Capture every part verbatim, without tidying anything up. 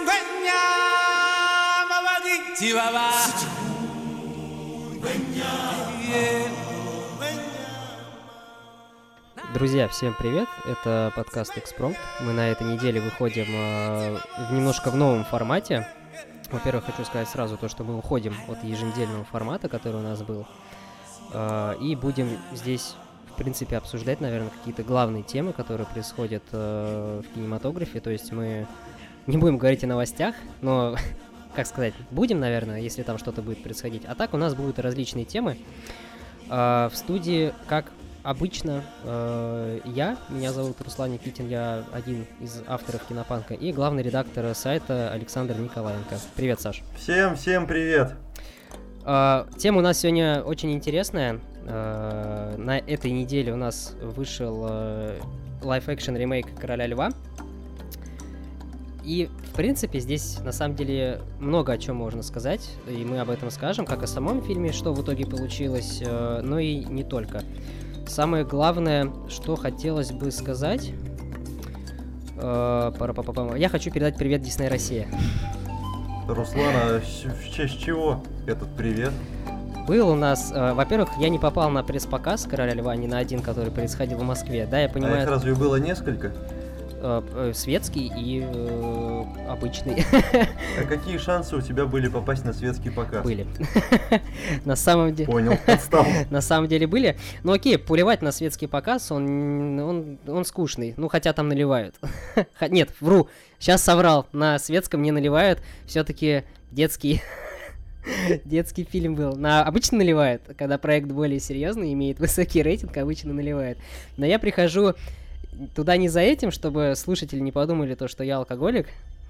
Друзья, всем привет! Это подкаст Экспромт. Мы на этой неделе выходим э, в немножко в новом формате. Во-первых, хочу сказать сразу то, что мы уходим от еженедельного формата, который у нас был, э, и будем здесь, в принципе, обсуждать, наверное, какие-то главные темы, которые происходят э, в кинематографе. То есть мы не будем говорить о новостях, но, как сказать, будем, наверное, если там что-то будет происходить. А так у нас будут различные темы. Э, в студии, как обычно, э, я, меня зовут Руслан Никитин, я один из авторов Кинопанка и главный редактор сайта Александр Николаенко. Привет, Саш. Всем, всем привет. Э, тема у нас сегодня очень интересная. Э, на этой неделе у нас вышел э, лайв-экшн ремейк «Короля льва». И, в принципе, здесь, на самом деле, много о чем можно сказать, и мы об этом скажем, как о самом фильме, что в итоге получилось, э, но и не только. Самое главное, что хотелось бы сказать, э, я хочу передать привет Дисней Россия. Руслан, а в честь чего этот привет? Был у нас, э, во-первых, я не попал на пресс-показ «Короля льва», ни на один, который происходил в Москве, да, я понимаю. А их разве было несколько? Э, э, светский и э, обычный. А какие шансы у тебя были попасть на светский показ? Были. На самом деле... Понял, отстал. На самом деле были. Ну окей, плевать на светский показ, он, он, он скучный. Ну, хотя там наливают. Нет, вру. Сейчас соврал. На светском не наливают. Все-таки детский... Детский фильм был. На обычно наливают, когда проект более серьезный, имеет высокий рейтинг, обычно наливают. Но я прихожу туда не за этим, чтобы слушатели не подумали то, что я алкоголик.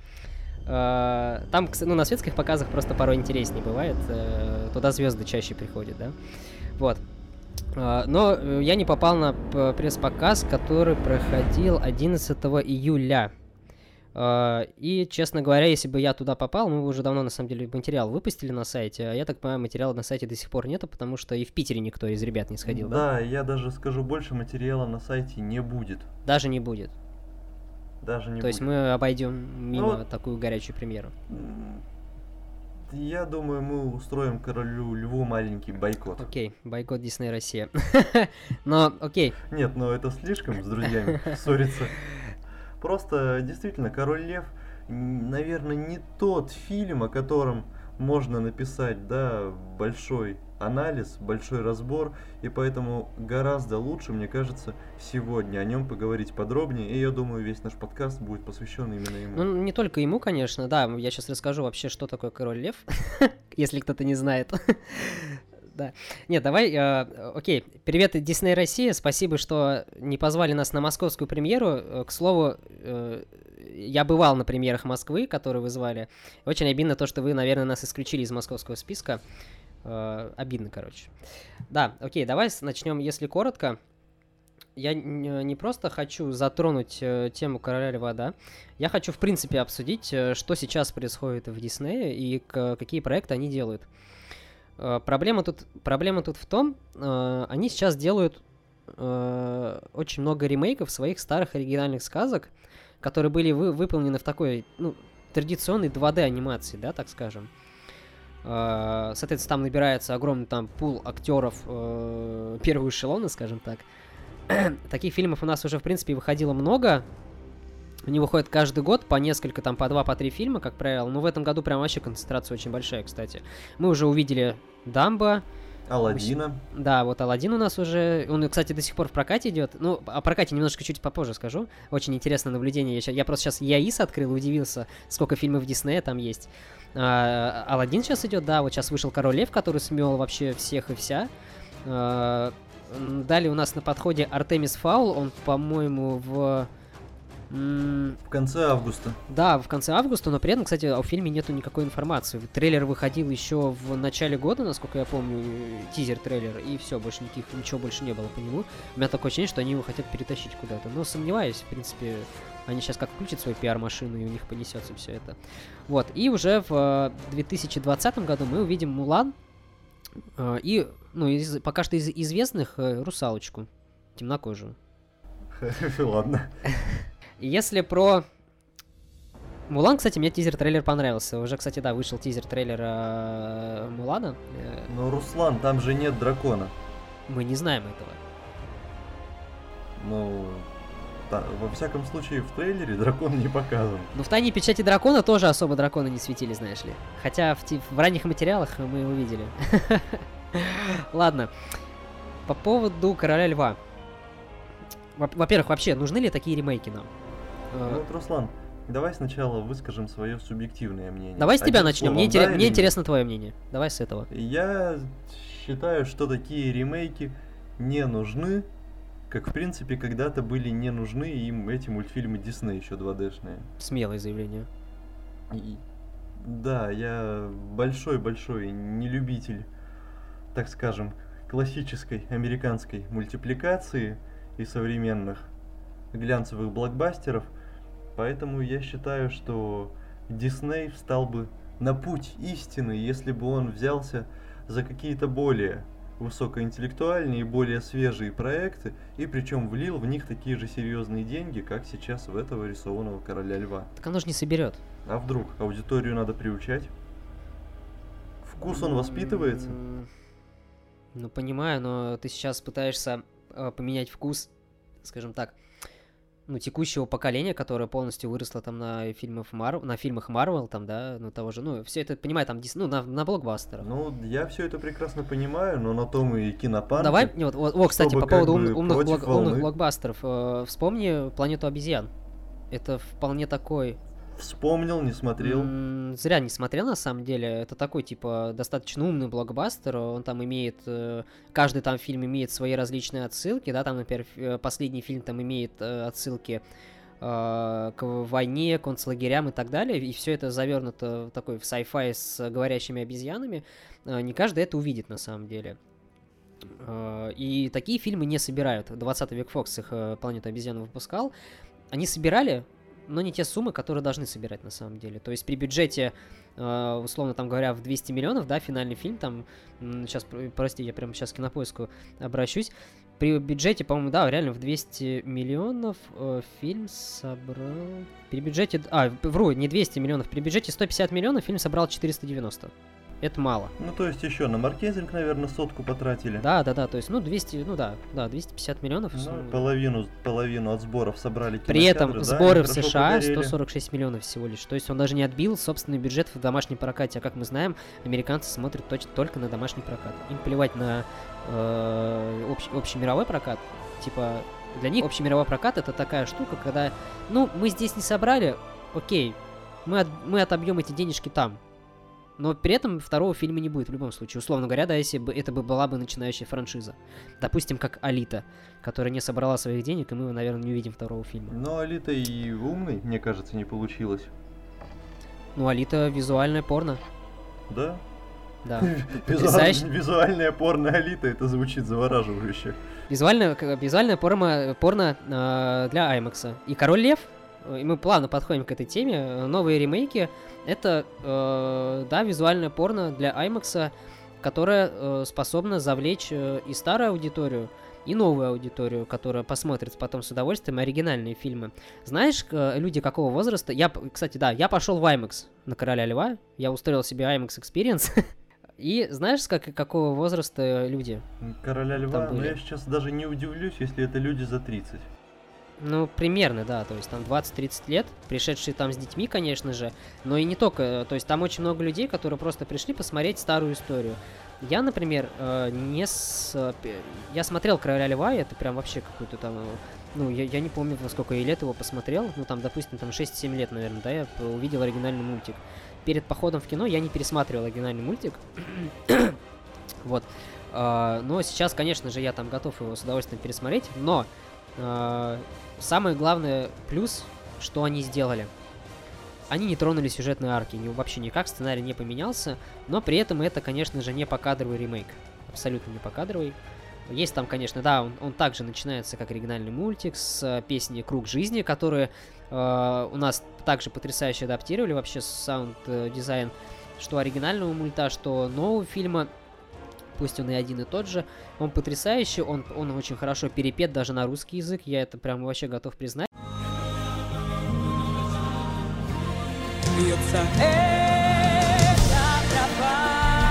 Там, ну, на светских показах просто порой интереснее бывает. Туда звезды чаще приходят, да. Вот. Но я не попал на пресс-показ, который проходил одиннадцатого июля. И, честно говоря, если бы я туда попал, мы уже давно, на самом деле, материал выпустили на сайте, а я так понимаю, материала на сайте до сих пор нету, потому что и в Питере никто из ребят не сходил, да? Да, я даже скажу больше, материала на сайте не будет. Даже не будет? Даже не То будет. есть мы обойдем мимо ну, такую горячую премьеру? Я думаю, мы устроим Королю Льву маленький бойкот. Окей, бойкот Дисней Россия. Но, окей. Нет, но это слишком с друзьями ссориться. Просто, действительно, «Король лев», наверное, не тот фильм, о котором можно написать, да, большой анализ, большой разбор, и поэтому гораздо лучше, мне кажется, сегодня о нем поговорить подробнее, и я думаю, весь наш подкаст будет посвящен именно ему. Ну, не только ему, конечно, да, я сейчас расскажу вообще, что такое «Король лев», если кто-то не знает. Да. Нет, давай, э, окей, привет, Дисней Россия, спасибо, что не позвали нас на московскую премьеру. К слову, э, я бывал на премьерах Москвы, которые вы звали. Очень обидно то, что вы, наверное, нас исключили из московского списка. Э, обидно, короче. Да, окей, давай начнем, если коротко. Я не просто хочу затронуть э, тему «Короля льва», да, я хочу, в принципе, обсудить, э, что сейчас происходит в Диснее и к, какие проекты они делают. Проблема тут, проблема тут в том, э, они сейчас делают э, очень много ремейков своих старых оригинальных сказок, которые были вы, выполнены в такой, ну, традиционной два дэ анимации, да, так скажем. Э, соответственно, там набирается огромный там пул актеров э, первого эшелона, скажем так. Таких фильмов у нас уже, в принципе, выходило много. Они выходят каждый год по несколько, там, по два, по три фильма, как правило. Но в этом году прям вообще концентрация очень большая, кстати. Мы уже увидели Дамбо. Аладдина. Да, вот Аладдин у нас уже... Он, кстати, до сих пор в прокате идет. Ну, о прокате немножко чуть попозже скажу. Очень интересное наблюдение. Я, сейчас... Я просто сейчас Яис открыл и удивился, сколько фильмов Диснея там есть. А, Аладдин сейчас идет, да. Вот сейчас вышел Король лев, который смел вообще всех и вся. А, далее у нас на подходе Артемис Фаул. Он, по-моему, в... В конце августа. Да, в конце августа, но при этом, кстати, о фильме нету никакой информации. Трейлер выходил еще в начале года, насколько я помню, тизер-трейлер, и все, больше никаких, ничего больше не было по нему. У меня такое ощущение, что они его хотят перетащить куда-то. Но сомневаюсь, в принципе, они сейчас как включат свою пиар-машину, и у них понесется все это. Вот, и уже в две тысячи двадцатом году мы увидим Мулан, и, ну, из, пока что из известных, Русалочку, темнокожую. Ладно. Если про Мулан, кстати, мне тизер-трейлер понравился. Уже, кстати, да, вышел тизер-трейлер э, Мулана. Э, Но, Руслан, там же нет дракона. Мы не знаем этого. Ну, да, во всяком случае, в трейлере дракон не показан. Ну, в «Тайне печати дракона» тоже особо драконы не светили, знаешь ли. Хотя в, ти- в ранних материалах мы его видели. Ладно. По поводу «Короля льва». Во- Во-первых, вообще, нужны ли такие ремейки нам? Э, Ну вот, Руслан, давай сначала выскажем свое субъективное мнение. Давай с тебя Одним начнем. Мне, словом, интерес- да мне или интересно твое мнение. Давай с этого. нет? Я считаю, что такие ремейки не нужны, как в принципе когда-то были не нужны им эти мультфильмы Дисней еще два дэ-шные. Смелое заявление. И- Да, я большой-большой нелюбитель, так скажем, классической американской мультипликации и современных глянцевых блокбастеров, поэтому я считаю, что Дисней встал бы на путь истины, если бы он взялся за какие-то более высокоинтеллектуальные и более свежие проекты, и причем влил в них такие же серьезные деньги, как сейчас в этого рисованного Короля Льва. Так оно же не соберет. А вдруг аудиторию надо приучать? Вкус он воспитывается? М, Ну, понимаю, но ты сейчас пытаешься э, поменять вкус, скажем так, ну, текущего поколения, которое полностью выросло там на фильмах Марвел, на фильмах Марвел, там, да, ну, того же, ну, все это, понимаю, там, дис- ну, на, на блокбастерах. Ну, я все это прекрасно понимаю, но на том и кинопанки. Давай, не, вот, вот, вот, кстати, чтобы по поводу как бы ум- умных, против блок- умных волны. блокбастеров, э, вспомни «Планету обезьян». Это вполне такой... Вспомнил, не смотрел. М, Зря не смотрел, на самом деле. Это такой, типа, достаточно умный блокбастер. Он там имеет... э, Каждый там фильм имеет свои различные отсылки, да, там, например, ф- э, последний фильм там имеет э, отсылки э, к войне, концлагерям и так далее, и все это завернуто в такой в sci-fi с говорящими обезьянами. Э, Не каждый это увидит, на самом деле. Э, И такие фильмы не собирают. двадцатый век Фокс их э, «Планету обезьян» выпускал. Они собирали, но не те суммы, которые должны собирать на самом деле. То есть при бюджете, э, условно там говоря, в двести миллионов, да, финальный фильм там, сейчас, прости, я прямо сейчас к Кинопоиску обращусь, при бюджете, по-моему, да, реально в двести миллионов э, фильм собрал... При бюджете... А, вру, не двести миллионов, при бюджете сто пятьдесят миллионов фильм собрал четыреста девяносто. Это мало. Ну, то есть еще на маркетинг, наверное, сотку потратили. Да, да, да, то есть, ну, двести, ну да, да, двести пятьдесят миллионов. Ну, ну, половину, половину от сборов собрали При этом кинотеатры, да, сборы они в хорошо США погорели. сто сорок шесть миллионов всего лишь. То есть он даже не отбил собственный бюджет в домашнем прокате. А как мы знаем, американцы смотрят точно только на домашний прокат. Им плевать на э, общ- общемировой прокат. Типа, для них общемировой прокат это такая штука, когда, ну, мы здесь не собрали, окей, мы, от- мы отобьем эти денежки там. Но при этом второго фильма не будет в любом случае. Условно говоря, да, если бы это бы была бы начинающая франшиза. Допустим, как «Алита», которая не собрала своих денег, и мы, наверное, не увидим второго фильма. Но Алита и умный, мне кажется, не получилось. Ну, «Алита» визуальное порно. Да? Да. Визуаль- Потрясающе. Визуальная порно Алита, это звучит завораживающе. Визуальное, к- визуальное порно, порно э, для IMAX. И «Король лев», э, и мы плавно подходим к этой теме, э, новые ремейки, это, э, да, визуальное порно для IMAX, которое э, способно завлечь э, и старую аудиторию, и новую аудиторию, которая посмотрит потом с удовольствием оригинальные фильмы. Знаешь, к- люди какого возраста... Я, п- кстати, да, я пошел в IMAX на «Короля льва», я устроил себе IMAX Experience. И знаешь, как, какого возраста люди? Короля Льва, Там но были. я сейчас даже не удивлюсь, если это люди за тридцать. Ну, примерно, да, то есть там двадцать-тридцать лет, пришедшие там с детьми, конечно же, но и не только, то есть там очень много людей, которые просто пришли посмотреть старую историю. Я, например, э, не с... э, пе- Я смотрел «Короля льва», и это прям вообще какой-то там... э, Ну, я, я не помню, во сколько я лет его посмотрел, ну, там, допустим, там шесть-семь лет, наверное, да, я п- увидел оригинальный мультик. Перед походом в кино я не пересматривал оригинальный мультик, вот. А, но сейчас, конечно же, я там готов его с удовольствием пересмотреть, но... а, Самое главное плюс, что они сделали. Они не тронули сюжетные арки, ни- вообще никак, сценарий не поменялся, но при этом это, конечно же, не покадровый ремейк. Абсолютно не покадровый. Есть там, конечно, да, он, он также начинается как оригинальный мультик с э, песни «Круг жизни», которые э, у нас также потрясающе адаптировали, вообще саунд-дизайн, что оригинального мульта, что нового фильма. Пусть он и один и тот же, он потрясающий, он, он очень хорошо перепет даже на русский язык, я это прям вообще готов признать. Бьется эта тропа,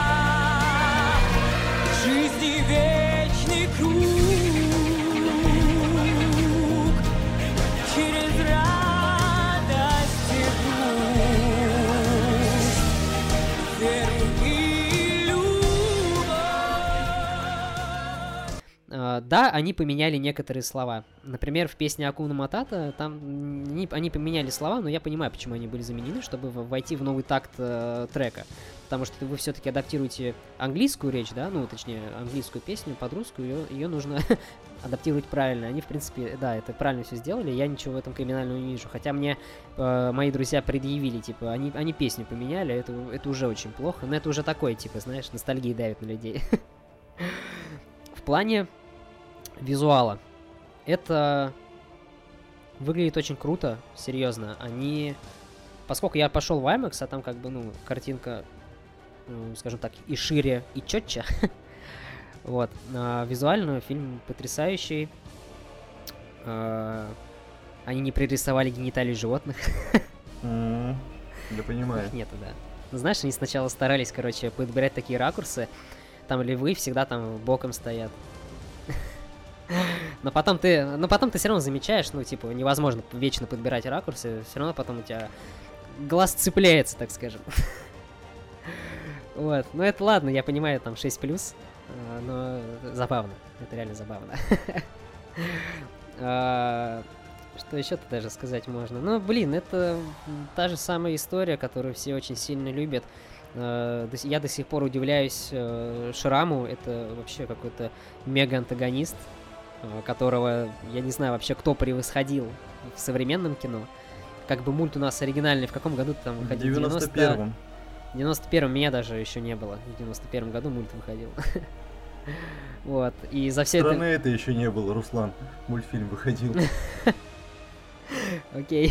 жизни вечный круг, через радость и грусть, веру и любовь. А, да, они поменяли некоторые слова. Например, в песне Акуна Матата там не- они поменяли слова, но я понимаю, почему они были заменены, чтобы в- войти в новый такт э, трека. Потому что вы все-таки адаптируете английскую речь, да, ну, точнее, английскую песню под русскую, ее, ее нужно адаптировать правильно. Они, в принципе, да, это правильно все сделали, я ничего в этом криминального не вижу. Хотя мне э, мои друзья предъявили, типа, они, они песню поменяли, это, это уже очень плохо, но это уже такое, типа, знаешь, ностальгия давит на людей. В плане визуала. Это выглядит очень круто, серьезно. Они... Поскольку я пошел в IMAX, а там как бы, ну, картинка, ну, скажем так, и шире, и четче. Вот. А визуально фильм потрясающий. А, они не пририсовали гениталии животных. М, Я понимаю. Их нету, да. Ну, знаешь, они сначала старались, короче, подбирать такие ракурсы. Там львы всегда там боком стоят. Но потом ты, но потом ты все равно замечаешь, ну, типа, невозможно вечно подбирать ракурсы, все равно потом у тебя глаз цепляется, так скажем. Вот, ну это ладно, я понимаю, там шесть плюс, но забавно, это реально забавно. А, Что еще-то даже сказать можно? Ну, блин, это та же самая история, которую все очень сильно любят. Э, до си- Я до сих пор удивляюсь э, Шраму, это вообще какой-то мега-антагонист, э, которого, я не знаю вообще, кто превосходил в современном кино. Как бы мульт у нас оригинальный, в каком году ты там В выходил? девяносто первом. В девяносто первом меня даже еще не было. В девяносто первом году мульт выходил. Вот, и за все это... Страны это еще не было, Руслан. Мультфильм выходил. Окей.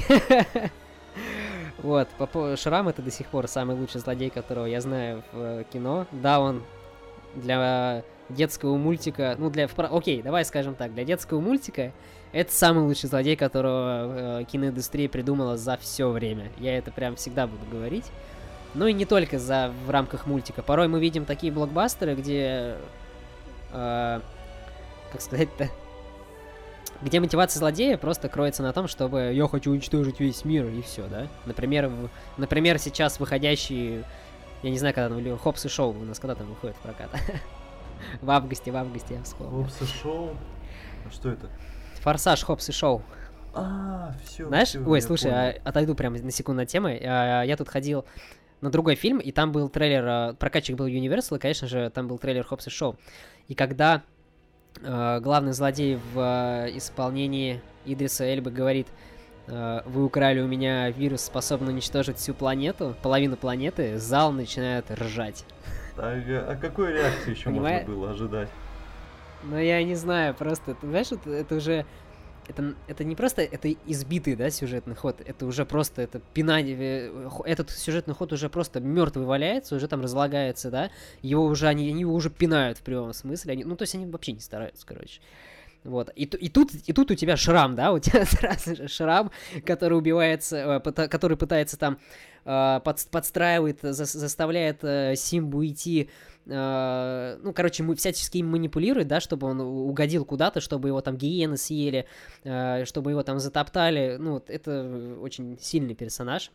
Вот, по поводу Шрам это до сих пор самый лучший злодей, которого я знаю в э, кино. Да, он для детского мультика, ну для, впра- окей, давай скажем так, для детского мультика это самый лучший злодей, которого э, киноиндустрия придумала за все время. Я это прям всегда буду говорить. Ну и не только за в рамках мультика. Порой мы видим такие блокбастеры, где, э, как сказать-то, где мотивация злодея просто кроется на том, чтобы я хочу уничтожить весь мир, и все, да? Например, в- например, сейчас выходящий, я не знаю, когда там, или Хопс и Шоу у нас когда там выходит в прокат? В августе, в августе я вспомнил. Хопс и Шоу? А что это? Форсаж, Хопс и Шоу. А, все. Знаешь? Ой, слушай, а, отойду прям на секунду от темы. А, Я тут ходил на другой фильм, и там был трейлер, а, прокатчик был Universal, и, конечно же, там был трейлер Хопс и Шоу. И когда а, главный злодей в а, исполнении Идриса Эльбы говорит: а, вы украли у меня вирус, способный уничтожить всю планету, половину планеты, зал начинает ржать. Так, а какой реакции еще можно Понимаю. было ожидать? Ну, я не знаю, просто, ты знаешь, это, это уже... Это, это не просто это избитый, да, сюжетный ход, это уже просто это пинание, э, хо- этот сюжетный ход уже просто мертвый валяется, уже там разлагается, да, его уже, они, они его уже пинают в прямом смысле, они, ну, то есть они вообще не стараются, короче. Вот, и, ту- и, тут, и тут у тебя Шрам, да, у тебя сразу же Шрам, который убивается, э, пыта- который пытается там, э, под- подстраивает, за- заставляет э, Симбу идти, э, ну, короче, мы всячески им манипулирует, да, чтобы он у- угодил куда-то, чтобы его там гиены съели, э, чтобы его там затоптали, ну, вот это очень сильный персонаж,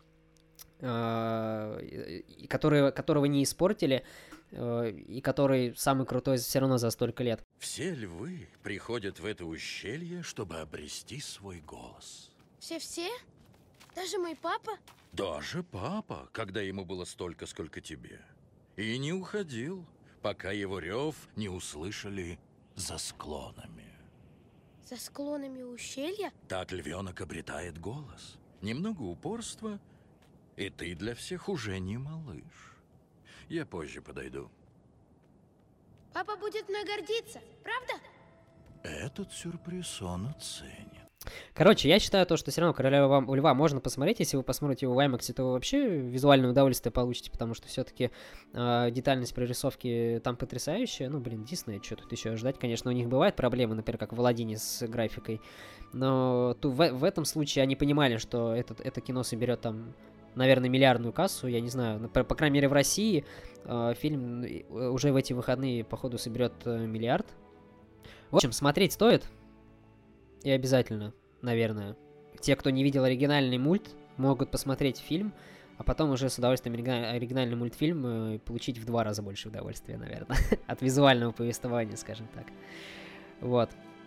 э, и который, которого не испортили, э, и который самый крутой все равно за столько лет. Все львы приходят в это ущелье, чтобы обрести свой голос. Все-все? Даже мой папа? Даже папа, когда ему было столько, сколько тебе. И не уходил, пока его рев не услышали за склонами. За склонами ущелья? Так львенок обретает голос. Немного упорства, и ты для всех уже не малыш. Я позже подойду. Папа будет мной гордиться, правда? Этот сюрприз он оценит. Короче, я считаю то, что все равно «Короля льва, льва» можно посмотреть. Если вы посмотрите его в IMAX, то вы вообще визуальное удовольствие получите, потому что все-таки э, детальность прорисовки там потрясающая. Ну, блин, Дисней, что тут еще ждать? Конечно, у них бывают проблемы, например, как в «Аладдине» с графикой. Но ту, в, в этом случае они понимали, что этот, это кино соберет там наверное, миллиардную кассу, я не знаю. Ну, По, по крайней мере, в России э, фильм э, уже в эти выходные, походу, соберет э, миллиард. В общем, смотреть стоит. И обязательно, наверное. Те, кто не видел оригинальный мульт, могут посмотреть фильм, а потом уже с удовольствием оригина- оригинальный мультфильм э, получить в два раза больше удовольствия, наверное. От визуального повествования, скажем так. Вот.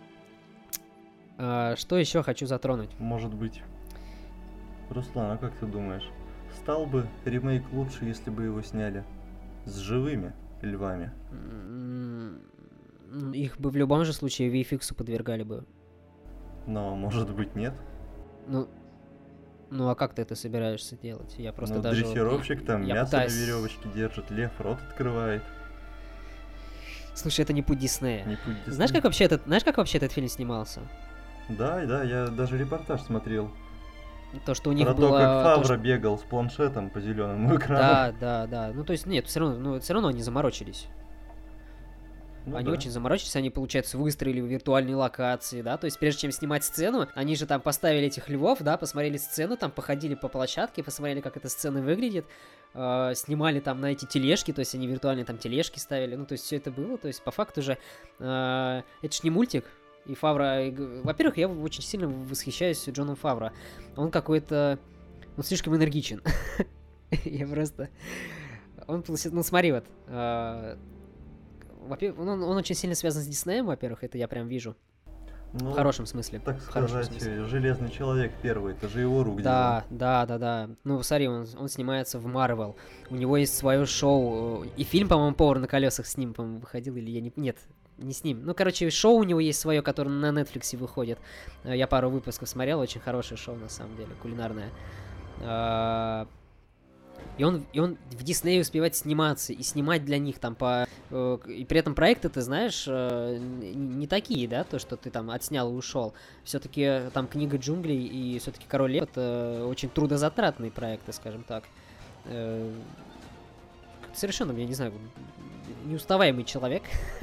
А, что еще хочу затронуть? Может быть. Руслан, а как ты думаешь, стал бы ремейк лучше, если бы его сняли с живыми львами? М, Их бы в любом же случае ви эф икс подвергали бы. Но, может быть, нет? Ну, ну а как ты это собираешься делать? Я просто Ну, даже... вот- дрессировщик там я мясо пытаюсь- на веревочке держит, лев рот открывает. Слушай, это не путь Диснея. Не путь Диснея. Знаешь, как вообще этот, знаешь, как вообще этот фильм снимался? Да, да, я даже репортаж смотрел. То, что у них Про было... то, как то, Фавра что- бегал с планшетом по зеленому экрану. Да, да, да. Ну, то есть, нет, все равно, ну, все равно они заморочились. Ну Они да. очень заморочились, они, получается, выстроили виртуальные локации, да, то есть прежде чем снимать сцену, они же там поставили этих львов, да, посмотрели сцену, там походили по площадке, посмотрели, как эта сцена выглядит, э, снимали там на эти тележки, то есть они виртуальные там тележки ставили, ну, то есть все это было, то есть по факту же, э, это ж не мультик, и Фавра, и г- во-первых, я очень сильно восхищаюсь Джоном Фавро, он какой-то, он слишком энергичен, я просто, он, получается, ну, смотри, вот, э, во-первых, он, он очень сильно связан с Диснеем, во-первых, это я прям вижу. Ну, В хорошем смысле. так в хорошем сказать, смысле. Железный человек первый, это же его рук Да, да, да, да. Ну, смотри, он, он снимается в Марвел. У него есть свое шоу. э, И фильм, по-моему, «Повар на колесах» с ним, по-моему, выходил. Или я не... Нет, не с ним. Ну, короче, шоу у него есть свое, которое на Netflix выходит. Э, Я пару выпусков смотрел. Очень хорошее шоу, на самом деле, кулинарное. А, И он, и он в Диснее успевает сниматься и снимать для них там по... э, И при этом проекты, ты знаешь, э, н- не такие, да, то, что ты там отснял и ушел. Все-таки там «Книга джунглей» и все-таки «Король лев» — это очень трудозатратные проекты, скажем так. Э, как-то совершенно, я не знаю, неуставаемый человек.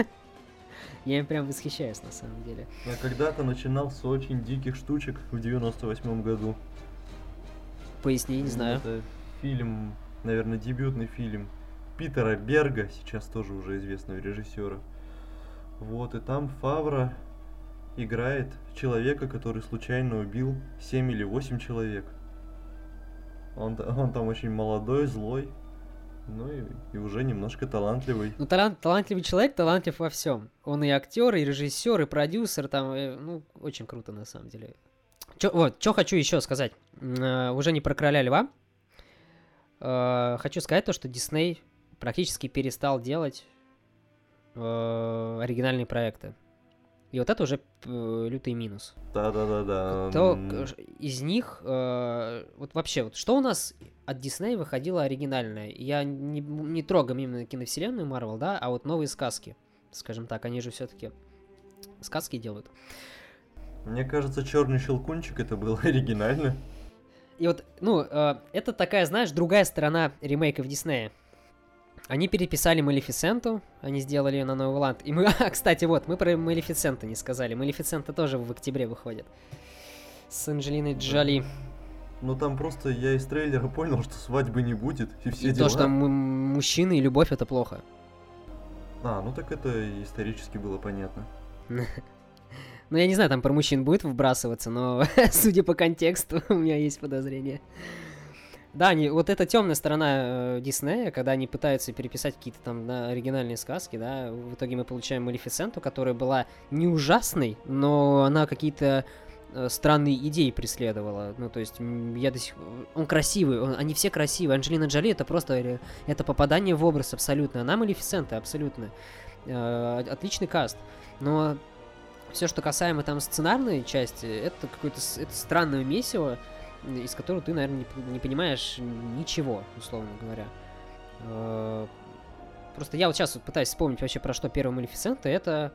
Я им прям восхищаюсь, на самом деле. Я когда-то начинал с очень диких штучек в девяносто восьмом году. Поясни, не знаю. Это фильм, наверное, дебютный фильм Питера Берга, сейчас тоже уже известного режиссера. Вот, и там Фавра играет человека, который случайно убил семь или восемь человек. Он, т- он там очень молодой, злой, ну и, и уже немножко талантливый. Ну, талант, талантливый человек, талантлив во всем. Он и актер, и режиссер, и продюсер, там, э, ну, очень круто, на самом деле. Чё, вот, что хочу еще сказать. М, э, уже не про «Короля льва». Э, хочу сказать то, что Дисней практически перестал делать э, оригинальные проекты. И вот это уже э, лютый минус. Да-да-да-да. То м, к- ш- из них, э, вот вообще, вот что у нас от Диснея выходило оригинальное? Я не, не трогаю именно киновселенную Марвел, да, а вот новые сказки, скажем так, они же все-таки сказки делают. Мне кажется, Черный щелкунчик это было оригинально. И вот, ну, э, это такая, знаешь, другая сторона ремейков Диснея. Они переписали Малефисенту, они сделали ее на новый лад. И мы, а, кстати, вот, мы про Малефисенту не сказали. Малефисента тоже в октябре выходит. С Анджелиной Джоли. Ну там просто я из трейлера понял, что свадьбы не будет, и все И дела. то, что м- мужчины и любовь — это плохо. А, ну так это исторически было понятно. Ну, я не знаю, там про мужчин будет вбрасываться, но судя по контексту, у меня есть подозрение. Да, они, вот эта темная сторона э, Диснея, когда они пытаются переписать какие-то там да, оригинальные сказки, да, в итоге мы получаем Малефисенту, которая была не ужасной, но она какие-то э, странные идеи преследовала. Ну, то есть, м, я до сих он красивый, он- они все красивые. Анджелина Джоли — это просто ре- это попадание в образ абсолютно. Она Малефисента абсолютно. Э, отличный каст. Но все, что касаемо там сценарной части, это какое-то с- это странное месиво, из которого ты, наверное, не, п- не понимаешь ничего, условно говоря. Э, Просто я вот сейчас вот пытаюсь вспомнить вообще, про что первый Малефисента. Это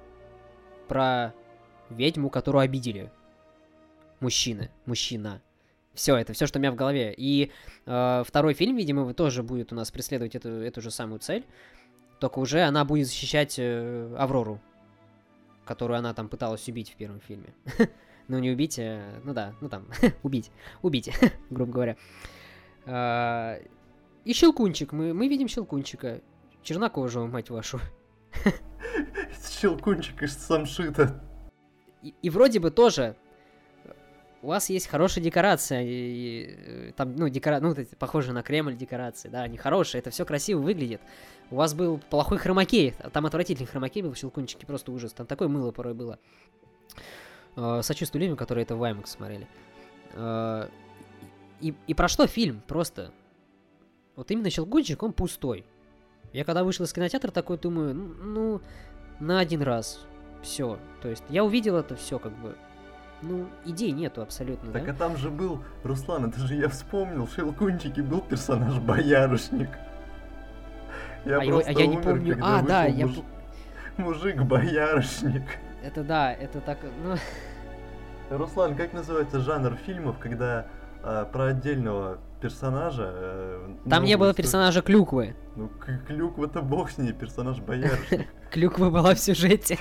про ведьму, которую обидели. Мужчины. Мужчина. Все, это все, что у меня в голове. И э, второй фильм, видимо, тоже будет у нас преследовать эту, эту же самую цель. Только уже она будет защищать э, Аврору, которую она там пыталась убить в первом фильме. Ну, не убить, а, ну да, ну там, убить, убить, грубо говоря. А, и Щелкунчик. Мы, мы видим Щелкунчика. Чернокожего, мать вашу. Щелкунчик из самшита. И, и вроде бы тоже у вас есть хорошая декорация. И, и, там, ну, декора... ну, вот эти, похожие на Кремль декорации. Да, они хорошие, это все красиво выглядит. У вас был плохой хромакей. Там отвратительный хромакей был в Щелкунчике, просто ужас. Там такое мыло порой было. А, сочувствую людям, которые это в IMAX смотрели. А, и, и про что фильм? Просто. Вот именно Щелкунчик, он пустой. Я когда вышел из кинотеатра, такой думаю, ну, на один раз. Все. То есть я увидел это все, как бы. Ну, идей нету абсолютно, Так да? а там же был, Руслан, это же я вспомнил, в Щелкунчике был персонаж Боярышник. Я А его- а просто я не умер, помню. когда А, да, вышел я муж- Мужик-боярышник. Это да, это так, ну... Руслан, как называется жанр фильмов, когда а, про отдельного персонажа... э, Там не новую было историю- персонажа Клюквы. Ну, к- Клюква-то бог с ней, персонаж Боярышник. Клюква была в сюжете.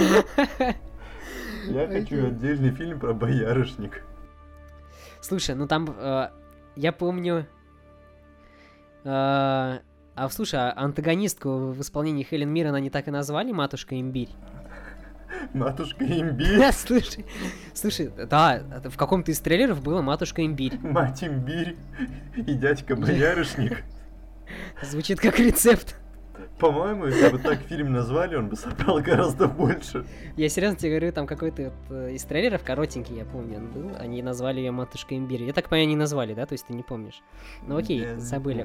Я хочу отдельный фильм про Боярышник. Слушай, ну там, э, я помню... э, а слушай, а антагонистку в исполнении Хелен Миррен они так и назвали Матушка Имбирь? Матушка Имбирь, Слушай, слушай, да, это в каком-то из трейлеров было Матушка Имбирь. мать Имбирь и дядька Боярышник. Звучит как рецепт. По-моему, если бы так фильм назвали, он бы собрал гораздо больше. Я серьезно тебе говорю, там какой-то вот, э, из трейлеров коротенький, я помню, он был. Они назвали ее Матушка Имбирь. Я так понимаю, не назвали, да? То есть ты не помнишь. Ну окей, Я не забыли.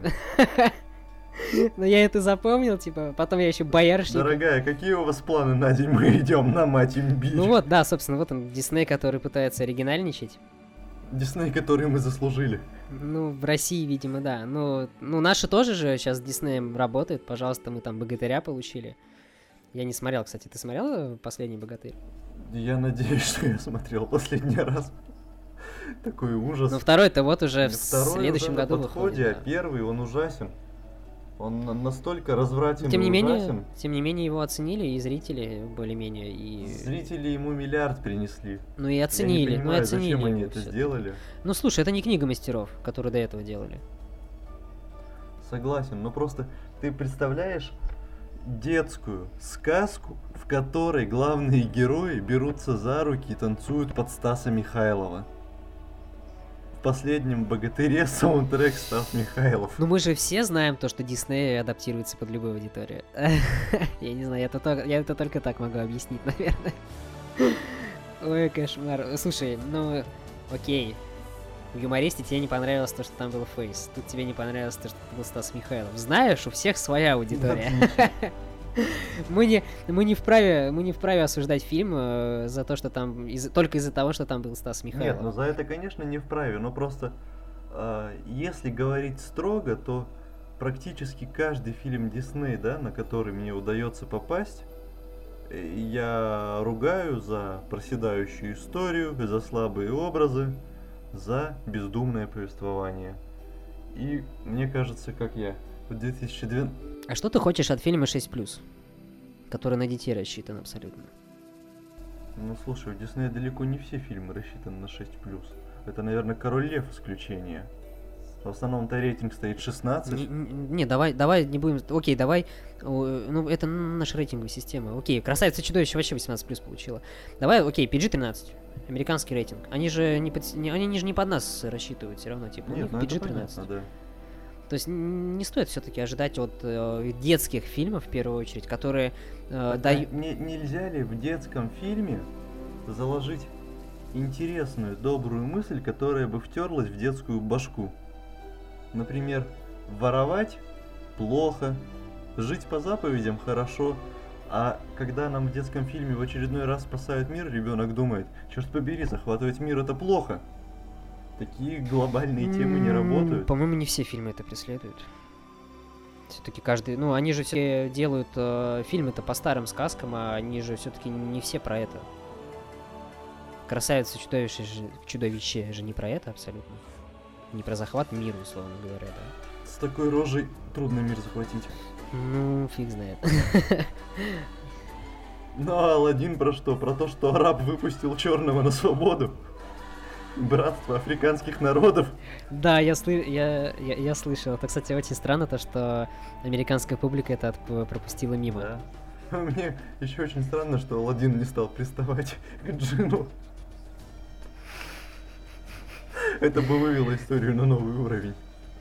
Но я это запомнил, типа, потом я еще боярышник. Дорогая, какие у вас планы на день? Мы идем на мать Имбирь. Ну вот, да, собственно, вот он, Дисней, который пытается оригинальничать. Дисней, который мы заслужили. Ну, в России, видимо, да. Ну, ну наши тоже же сейчас с Диснеем работают. Пожалуйста, мы там Богатыря получили. Я не смотрел, кстати. Ты смотрел «Последний богатырь»? Я надеюсь, что я смотрел последний раз. Такой ужас. Ну, второй-то вот уже в Второй следующем уже на году подходе, выходит. а да. первый, он ужасен. Он на- настолько развратен Тем и не менее, ужасен. тем не менее, его оценили и зрители более-менее, и... Зрители ему миллиард принесли. Ну и Я не оценили, ну и понимаю, оценили зачем они его это всё-таки. сделали. Ну слушай, это не книга мастеров, которые до этого делали. Согласен, но просто ты представляешь детскую сказку, в которой главные герои берутся за руки и танцуют под Стаса Михайлова. В последнем «Богатыре» саундтрек Стас Михайлов. Ну мы же все знаем то, что Дисней адаптируется под любую аудиторию. Я не знаю, я это, то- я это только так могу объяснить, наверное. Ой, кошмар. Слушай, ну, окей. В «Юмористе» тебе не понравилось то, что там был Фейс. Тут тебе не понравилось то, что это был Стас Михайлов. Знаешь, у всех своя аудитория. Мы не, мы не вправе, мы не вправе осуждать фильм э, за то, что там из- только из-за того, что там был Стас Михайлов. Нет, ну за это, конечно, не вправе, но просто э, если говорить строго, то практически каждый фильм Дисней, да, на который мне удается попасть, э, я ругаю за проседающую историю, за слабые образы, за бездумное повествование. И мне кажется, как я в две тысячи двенадцатом... А что ты хочешь от фильма шесть плюс, который на детей рассчитан абсолютно? Ну слушай, у Диснея далеко не все фильмы рассчитаны на шесть плюс. Это, наверное, «Король Лев» исключение. В основном-то рейтинг стоит шестнадцать. Не, не- не, давай, давай не будем... Окей, давай... о, Ну, это наша рейтинговая система. Окей, «Красавица и чудовище» вообще восемнадцать плюс получила. Давай, окей, пи джи тринадцать. Американский рейтинг. Они же не, под... не- они же не под нас рассчитывают все равно, типа, у Нет, них ну пи это джи тринадцать. понятно, да. То есть н- не стоит все-таки ожидать от э, детских фильмов, в первую очередь, которые э, Так, дают... а не- нельзя ли в детском фильме заложить интересную, добрую мысль, которая бы втерлась в детскую башку? Например, воровать плохо, жить по заповедям хорошо, а когда нам в детском фильме в очередной раз спасают мир, ребенок думает, черт побери, захватывать мир это плохо. Такие глобальные темы не М, работают. По-моему, не все фильмы это преследуют. Все-таки каждый, ну, они же все делают э, фильмы-то по старым сказкам, а они же все-таки не все про это. Красавица и чудовище же, чудовище же не про это абсолютно. Не про захват мира, условно говоря, да. С такой рожей трудно мир захватить. Ну, фиг знает. Ну а Аладдин про что? Про то, что араб выпустил черного на свободу. Братство африканских народов. Да, я, слы... я, я, я слышал. Это, кстати, очень странно, то, что американская публика это отп- пропустила мимо. Да. Мне еще очень странно, что Аладдин не стал приставать к Джину. Это бы вывело историю на новый уровень.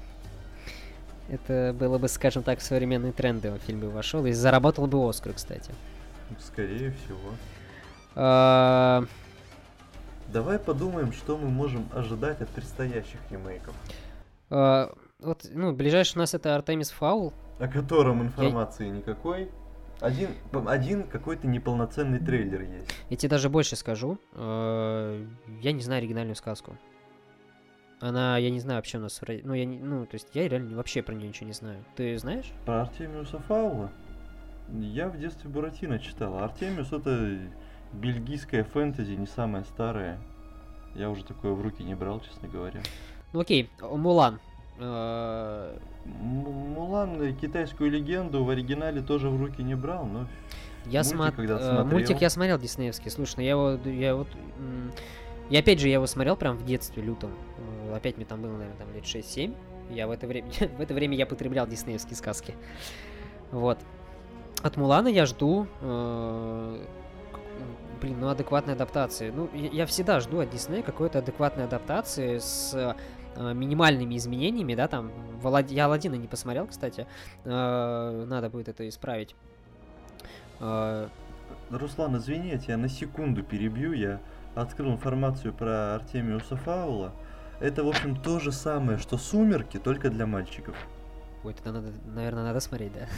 Это было бы, скажем так, в современные тренды в фильме вошел и заработал бы Оскар, кстати. Скорее всего. А, Давай подумаем, что мы можем ожидать от предстоящих ремейков, а, вот, ну, ближайший у нас это Артемис Фаул. о котором информации никакой. Один, один какой-то неполноценный трейлер есть. Я тебе даже больше скажу. А, я не знаю оригинальную сказку. Она, я не знаю вообще у нас... в Ро- Ну, я не, ну, то есть я реально вообще про нее ничего не знаю. Ты знаешь? Про Артемиуса Фаула? Я в детстве Буратино читал. А Артемиус это бельгийская фэнтези, не самая старая. Я уже такое в руки не брал, честно говоря. Ну окей, Мулан. А, М- Мулан э, китайскую легенду в оригинале тоже в руки не брал, но Я Мультик смо- когда-то э, смотрел. Мультик я смотрел диснеевский. Слушай, ну я его, я вот, м, я опять же я его смотрел прям в детстве лютом. Э, Опять мне там было, наверное, там лет шесть-семь. Я в это время, в это время я потреблял диснеевские сказки. Вот. От Мулана я жду, э, к- блин, ну адекватной адаптации. Ну я, я всегда жду от Диснея какой-то адекватной адаптации с э, минимальными изменениями, да, там. в Алад- Я Аладдина не посмотрел, кстати. Э, надо будет это исправить. Э, Руслан, извини, я тебя на секунду перебью. Я открыл информацию про Артемиуса Фаула. Это, в общем, то же самое, что «Сумерки», только для мальчиков. Ой, тогда надо, наверное, надо смотреть, да?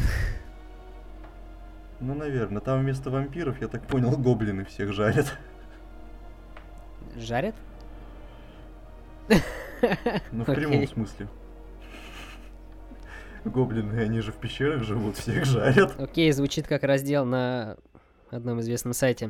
Ну, наверное. Там вместо вампиров, я так понял, гоблины всех жарят. Жарят? Ну, в прямом Окей. смысле. Гоблины, они же в пещерах живут, всех жарят. Окей, звучит как раздел на одном известном сайте.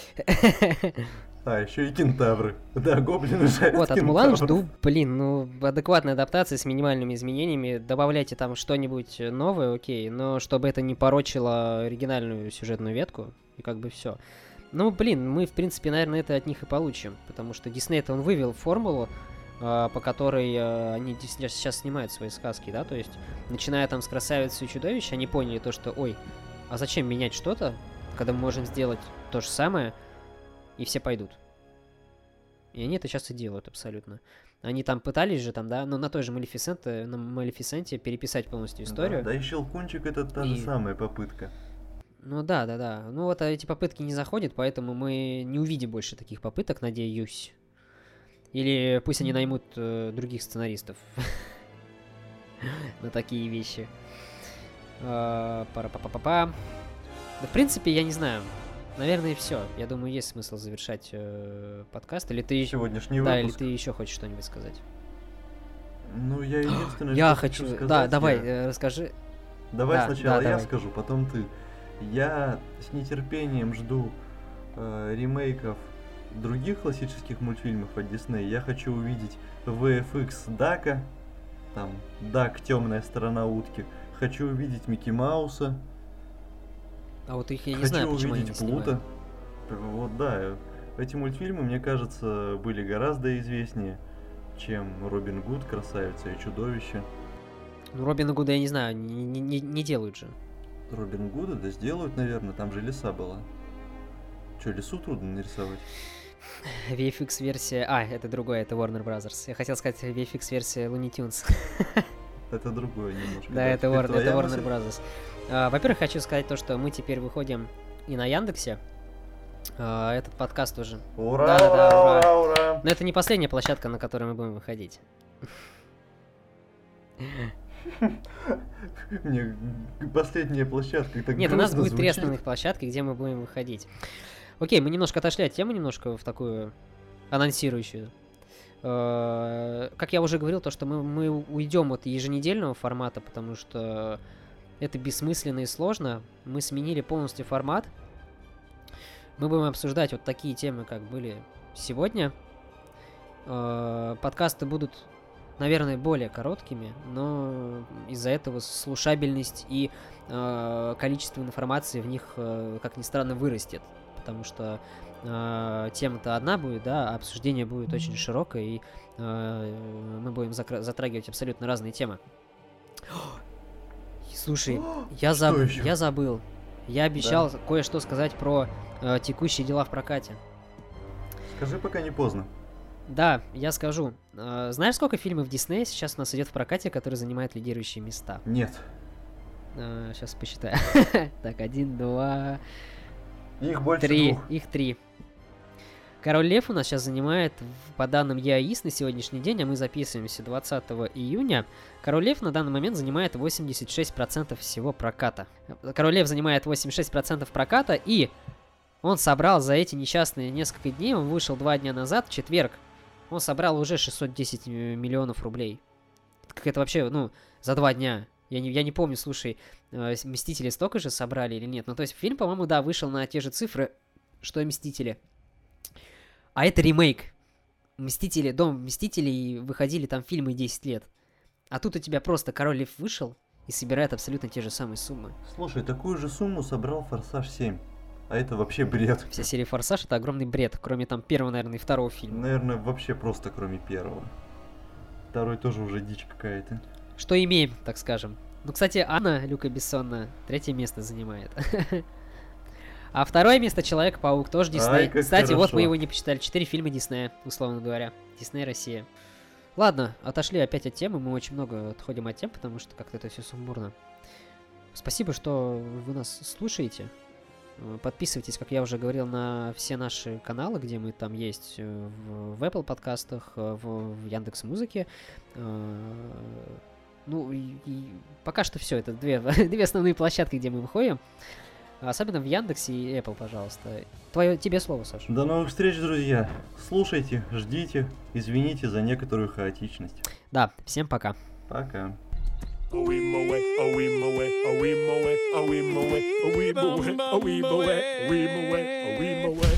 А, еще и кентавры. Да, гоблины жарят Вот, от Мулана кентавров. жду, блин, ну, адекватной адаптации с минимальными изменениями. Добавляйте там что-нибудь новое, окей, но чтобы это не порочило оригинальную сюжетную ветку, и как бы все. Ну, блин, мы, в принципе, наверное, это от них и получим, потому что Дисней, это он вывел формулу, а, по которой а, они дес- сейчас снимают свои сказки, да, то есть, начиная там с «Красавицы и чудовищ», они поняли то, что, ой, а зачем менять что-то, когда мы можем сделать то же самое, и все пойдут. И они это сейчас и делают абсолютно. Они там пытались же там, да, ну на той же Малефисенте, на Малефисенте переписать полностью историю. Да, да и Щелкунчик это та же И- самая попытка. Ну да, да, да. Ну вот а эти попытки не заходят, поэтому мы не увидим больше таких попыток, надеюсь. Или пусть они наймут э, других сценаристов на такие вещи. А, Пара-па-па-па-па. Да, в принципе, я не знаю. Наверное, все. Я думаю, есть смысл завершать э, подкаст. Или ты еще... Сегодняшний Да, или выпуск. ты еще хочешь что-нибудь сказать? Ну, я единственное, Я что хочу... сказать, Да, давай, я- э, расскажи. Давай да, сначала да, я давай. скажу, потом ты. Я с нетерпением жду э, ремейков других классических мультфильмов от Дисней. Я хочу увидеть ви эф икс Дака, там Дак, темная сторона утки. Хочу увидеть Микки Мауса. А вот их я не хочу знаю, почему они не увидеть Плута. снимают. Вот да, э, эти мультфильмы, мне кажется, были гораздо известнее, чем Робин Гуд, Красавица и Чудовище. Ну, Робина Гуда, я не знаю, не, не- не- не делают же. Робин Гуда, да сделают, наверное, там же лиса была. Че, лису трудно нарисовать? ви эф икс-версия... А, это другое, это Warner Brothers. Я хотел сказать ви эф икс-версия Looney Tunes. Это другое немножко. Да, это, Теперь Warner, твоя это Warner мысль? Brothers. А, во-первых, хочу сказать то, что мы теперь выходим и на Яндексе. А, этот подкаст уже. Ура, Да-да-да, ура, ура. ура, ура! Но это не последняя площадка, на которой мы будем выходить. Мне последняя площадка так Нет, у нас грустно будет три звучит. основных площадки, где мы будем выходить. Окей, мы немножко отошли от темы, немножко в такую анонсирующую. Э, Как я уже говорил, то, что мы, мы уйдем от еженедельного формата, потому что это бессмысленно и сложно. Мы сменили полностью формат. Мы будем обсуждать вот такие темы, как были сегодня. Э, Подкасты будут, наверное, более короткими, но из-за этого слушабельность и э, количество информации в них, э, как ни странно, вырастет. потому что э, тема-то одна будет, да, а обсуждение будет очень широкое, и э, мы будем закра- затрагивать абсолютно разные темы. Слушай, я, Что заб- ещё? я забыл. Я обещал кое-что сказать про э, текущие дела в прокате. Скажи, пока не поздно. Да, я скажу. Э, знаешь, сколько фильмов Диснея сейчас у нас идет в прокате, которые занимают лидирующие места? Нет. Э, сейчас посчитаю. Так, один, два, Их больше три. двух. Их три. Король Лев у нас сейчас занимает, в- по данным ЕАИС на сегодняшний день, а мы записываемся двадцатого июня, Король Лев на данный момент занимает восемьдесят шесть процентов всего проката. Король Лев занимает восемьдесят шесть процентов проката, и он собрал за эти несчастные несколько дней, он вышел два дня назад, в четверг, он собрал уже шестьсот десять миллионов рублей. Как это вообще, ну, за два дня? Я не, я не помню, слушай, э, Мстители столько же собрали или нет. Ну, то есть фильм, по-моему, да, вышел на те же цифры, что и Мстители. А это ремейк. Мстители, Дом Мстителей выходили там фильмы десять лет. А тут у тебя просто Король Лев вышел и собирает абсолютно те же самые суммы. Слушай, такую же сумму собрал Форсаж семь. А это вообще бред. Вся серия Форсаж — это огромный бред, кроме там первого, наверное, и второго фильма. Наверное, вообще просто кроме первого. Второй тоже уже дичь какая-то. Что имеем, так скажем. Ну, кстати, Анна Люка Бессона третье место занимает. А второе место Человек-паук, тоже Дисней. Ай, как Кстати, вот хорошо. мы его не почитали. Четыре фильма Диснея, условно говоря. Дисней Россия. Ладно, отошли опять от темы. Мы очень много отходим от тем, потому что как-то это все сумбурно. Спасибо, что вы нас слушаете. Э, Подписывайтесь, как я уже говорил, на все наши каналы, где мы там есть. э, В, в Apple подкастах, э, в, в Яндекс.Музыке. Э, Ну, и, и пока что все. Это две, две основные площадки, где мы выходим. Особенно в Яндексе и Apple, пожалуйста. Твое, тебе слово, Саша. До новых встреч, друзья. Слушайте, ждите, извините за некоторую хаотичность. Да, всем пока. Пока. A wee moe, a wee moe, a wee moe, a wee moe, a wee moe, a wee moe, a wee moe, a wee moe.